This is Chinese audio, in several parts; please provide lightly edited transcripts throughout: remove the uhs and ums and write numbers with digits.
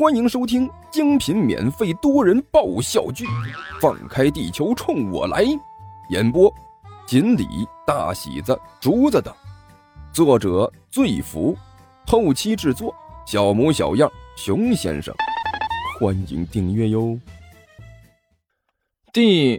欢迎收听精品免费多人爆笑剧《放开地球冲我来》，演播锦鲤、大喜子、竹子等，作者醉福，后期制作小模小样、熊先生。欢迎订阅哟。 第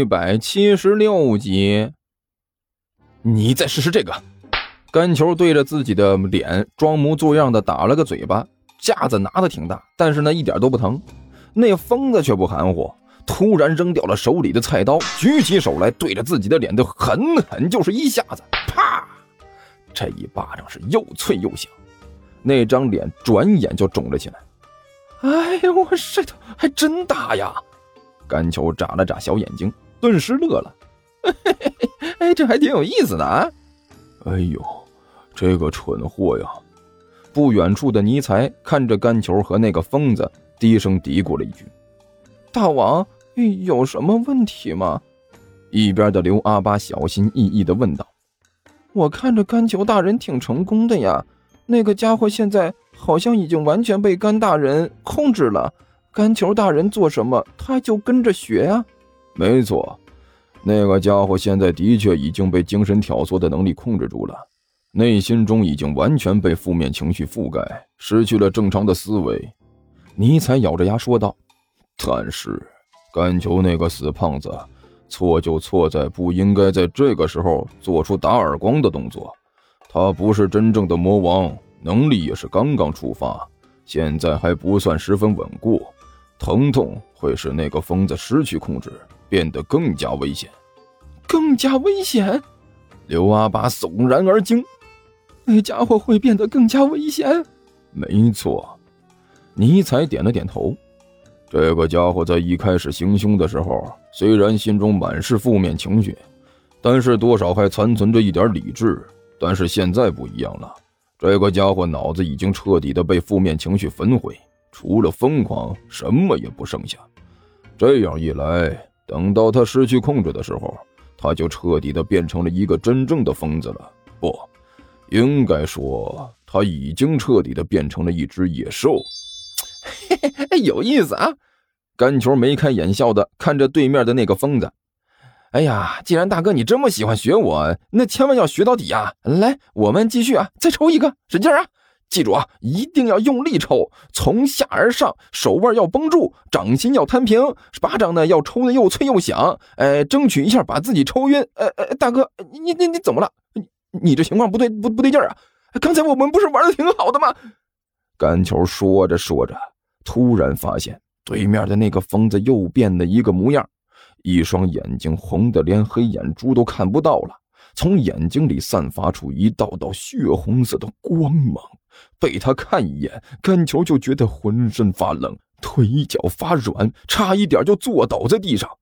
176集。 你再试试这个。 甘球对着自己的脸装模作样的打了个嘴巴，架子拿的挺大，但是呢一点都不疼。那疯子却不含糊，突然扔掉了手里的菜刀，举起手来对着自己的脸就狠狠就是一下子，啪！这一巴掌是又脆又响，那张脸转眼就肿了起来。哎呦，我这头还真大呀！甘球眨了眨小眼睛，顿时乐了。哎，这还挺有意思的啊！ 哎呦，这个蠢货呀！ 不远处的尼才看着甘球和那个疯子，低声嘀咕了一句：“大王，有什么问题吗？”一边的刘阿八小心翼翼地问道：“我看着甘球大人挺成功的呀，那个家伙现在好像已经完全被甘大人控制了，甘球大人做什么他就跟着学呀。” 没错，那个家伙现在的确已经被精神挑唆的能力控制住了，内心中已经完全被负面情绪覆盖，失去了正常的思维。 尼才咬着牙说道：“ 但是甘球那个死胖子，错就错在不应该在这个时候做出打耳光的动作。他不是真正的魔王，能力也是刚刚出发，现在还不算十分稳固，疼痛会使那个疯子失去控制，变得更加危险。” 更加危险？ 刘阿八悚然而惊。 那家伙会变得更加危险？ 没错。尼才点了点头。这个家伙在一开始行凶的时候，虽然心中满是负面情绪，但是多少还残存着一点理智。但是现在不一样了，这个家伙脑子已经彻底的被负面情绪焚毁，除了疯狂什么也不剩下。这样一来，等到他失去控制的时候，他就彻底的变成了一个真正的疯子了。不，应该说他已经彻底的变成了一只野兽。 嘿嘿，有意思啊！甘球眉开眼笑的看着对面的那个疯子。哎呀，既然大哥你这么喜欢学我，那千万要学到底啊！来，我们继续啊，再抽一个，使劲啊！记住啊，一定要用力抽，从下而上，手腕要绷住，掌心要摊平，巴掌呢要抽的又脆又响，争取一下把自己抽晕。大哥，你怎么了？你这情况不对劲儿啊！刚才我们不是玩的挺好的吗？甘球说着说着，突然发现对面的那个疯子又变了一个模样，一双眼睛红得连黑眼珠都看不到了，从眼睛里散发出一道道血红色的光芒。被他看一眼，甘球就觉得浑身发冷，腿脚发软，差一点就坐倒在地上。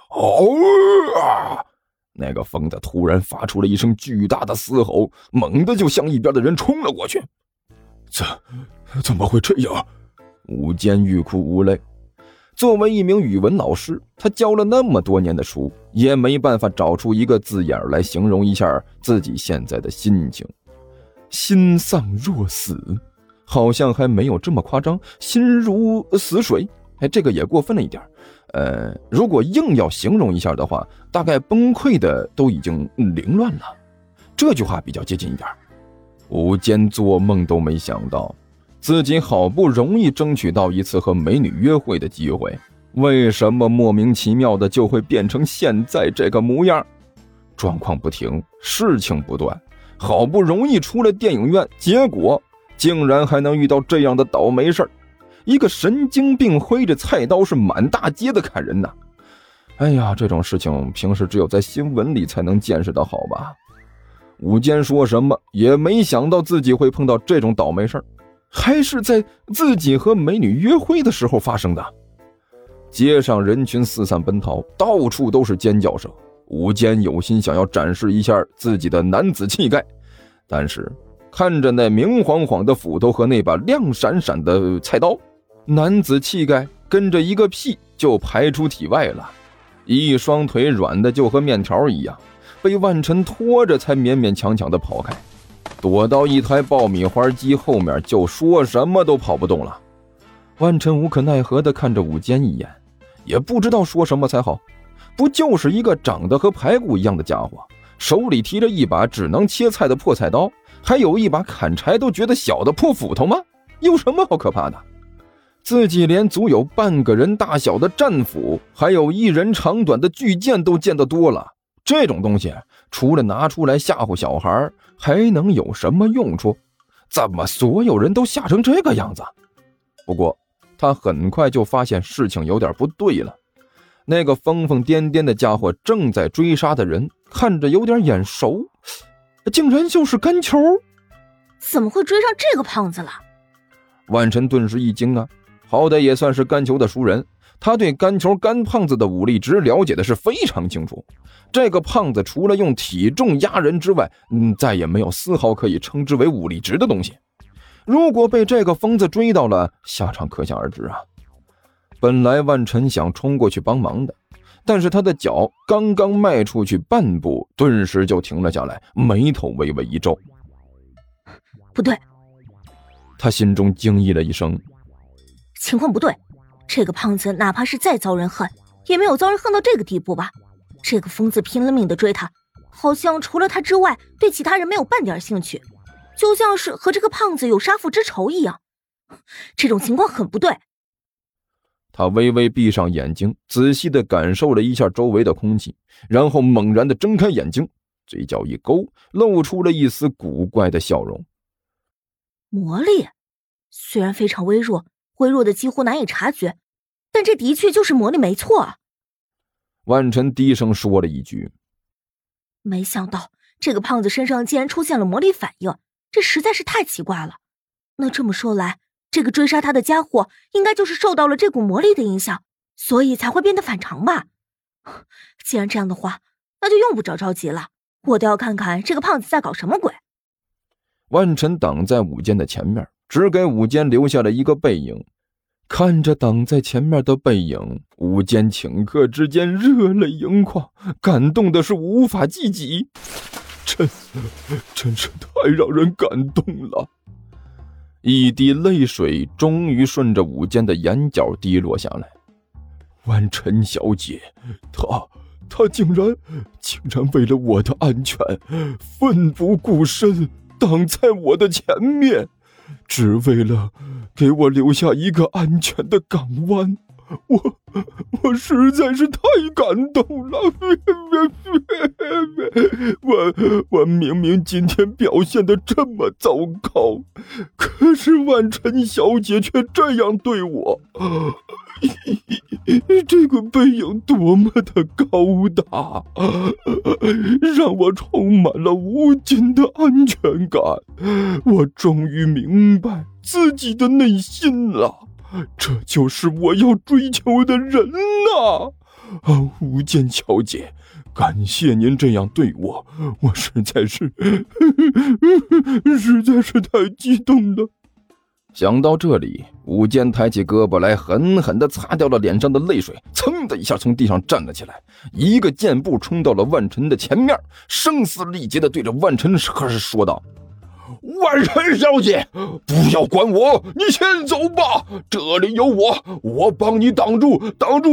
那个疯子突然发出了一声巨大的嘶吼，猛地就向一边的人冲了过去。 怎么会这样？ 武坚欲哭无泪。作为一名语文老师，他教了那么多年的书，也没办法找出一个字眼来形容一下自己现在的心情。心丧若死，好像还没有这么夸张，心如死水，这个也过分了一点。如果硬要形容一下的话，大概崩溃的都已经凌乱了，这句话比较接近一点。武坚做梦都没想到，自己好不容易争取到一次和美女约会的机会，为什么莫名其妙的就会变成现在这个模样？状况不停，事情不断，好不容易出了电影院，结果竟然还能遇到这样的倒霉事儿。一个神经病挥着菜刀是满大街的砍人呐！哎呀，这种事情平时只有在新闻里才能见识到，好吧？武坚说什么也没想到自己会碰到这种倒霉事儿，还是在自己和美女约会的时候发生的。街上人群四散奔逃，到处都是尖叫声。武坚有心想要展示一下自己的男子气概，但是看着那明晃晃的斧头和那把亮闪闪的菜刀，男子气概跟着一个屁就排出体外了，一双腿软的就和面条一样，被万晨拖着才勉勉强强的跑开，躲到一台爆米花机后面，就说什么都跑不动了。 万晨无可奈何地看着武坚一眼，也不知道说什么才好。不就是一个长得和排骨一样的家伙，手里提着一把只能切菜的破菜刀，还有一把砍柴都觉得小的破斧头吗？有什么好可怕的？自己连足有半个人大小的战斧，还有一人长短的巨剑都见得多了，这种东西除了拿出来吓唬小孩，还能有什么用处？怎么所有人都吓成这个样子？不过他很快就发现事情有点不对了。那个疯疯癫癫的家伙正在追杀的人看着有点眼熟，竟然就是甘球。 怎么会追上这个胖子了？ 万晨顿时一惊啊，好歹也算是甘球的熟人，他对甘球甘胖子的武力值了解的是非常清楚。这个胖子除了用体重压人之外，再也没有丝毫可以称之为武力值的东西。如果被这个疯子追到了，下场可想而知啊。本来万晨想冲过去帮忙的，但是他的脚刚刚迈出去半步，顿时就停了下来，眉头微微一皱。 不对， 他心中惊异了一声， 情况不对，这个胖子哪怕是再遭人恨，也没有遭人恨到这个地步吧？这个疯子拼了命地追他，好像除了他之外对其他人没有半点兴趣，就像是和这个胖子有杀父之仇一样。这种情况很不对。 他微微闭上眼睛，仔细地感受了一下周围的空气，然后猛然地睁开眼睛，嘴角一勾，露出了一丝古怪的笑容。 魔力虽然非常微弱，微弱的几乎难以察觉，但这的确就是魔力没错啊。 万晨低声说了一句， 没想到这个胖子身上竟然出现了魔力反应，这实在是太奇怪了。那这么说来，这个追杀他的家伙应该就是受到了这股魔力的影响，所以才会变得反常吧。既然这样的话，那就用不着着急了，我都要看看这个胖子在搞什么鬼。 万晨挡在武坚的前面，只给武坚留下了一个背影。看着挡在前面的背影，武坚顷刻之间热泪盈眶，感动的是无法自己，真是太让人感动了。一滴泪水终于顺着武坚的眼角滴落下来。万晨小姐，她竟然为了我的安全奋不顾身挡在我的前面，只为了给我留下一个安全的港湾。我实在是太感动了。我明明今天表现得这么糟糕，可是万晨小姐却这样对我。这个背影多么的高大，让我充满了无尽的安全感。我终于明白自己的内心了，这就是我要追求的人啊！吴坚小姐，感谢您这样对我，我实在是太激动了。想到这里，武坚抬起胳膊来，狠狠地擦掉了脸上的泪水，噌的一下从地上站了起来，一个箭步冲到了万晨的前面，声嘶力竭地对着万晨说道：万晨小姐，不要管我，你先走吧，这里有我帮你挡住。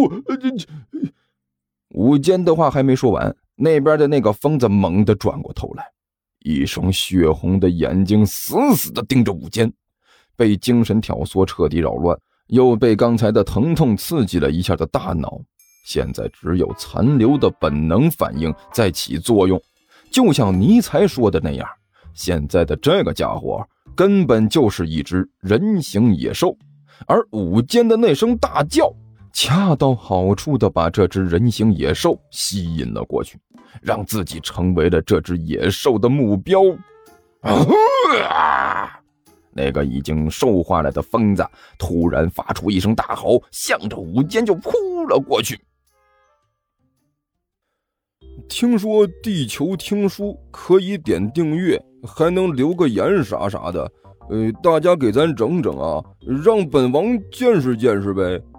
武坚的话还没说完，那边的那个疯子猛地转过头来，一双血红的眼睛死死地盯着武坚。被精神挑唆彻底扰乱，又被刚才的疼痛刺激了一下的大脑，现在只有残留的本能反应在起作用。就像尼采说的那样，现在的这个家伙根本就是一只人形野兽，而武坚的那声大叫恰到好处地把这只人形野兽吸引了过去，让自己成为了这只野兽的目标。那个已经兽化了的疯子突然发出一声大吼，向着武坚就扑了过去。听说地球听书可以点订阅，还能留个言啥的，大家给咱整整啊，让本王见识见识呗。